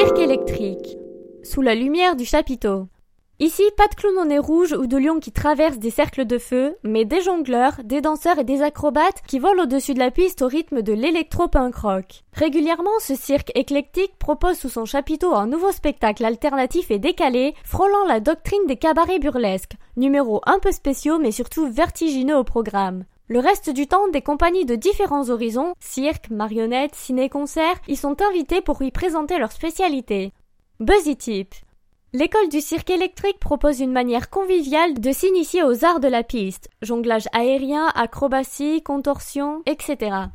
cirque électrique. Sous la lumière du chapiteau. Ici, pas de clown au nez rouge ou de lions qui traversent des cercles de feu, mais des jongleurs, des danseurs et des acrobates qui volent au-dessus de la piste au rythme de l'électro-punk rock. Régulièrement, ce cirque éclectique propose sous son chapiteau un nouveau spectacle alternatif et décalé, frôlant la doctrine des cabarets burlesques, numéros un peu spéciaux mais surtout vertigineux au programme. Le reste du temps, des compagnies de différents horizons, cirque, marionnettes, ciné-concerts, y sont invités pour y présenter leurs spécialités. Buzzy Tip. L'école du cirque électrique propose une manière conviviale de s'initier aux arts de la piste, jonglage aérien, acrobatie, contorsion, etc.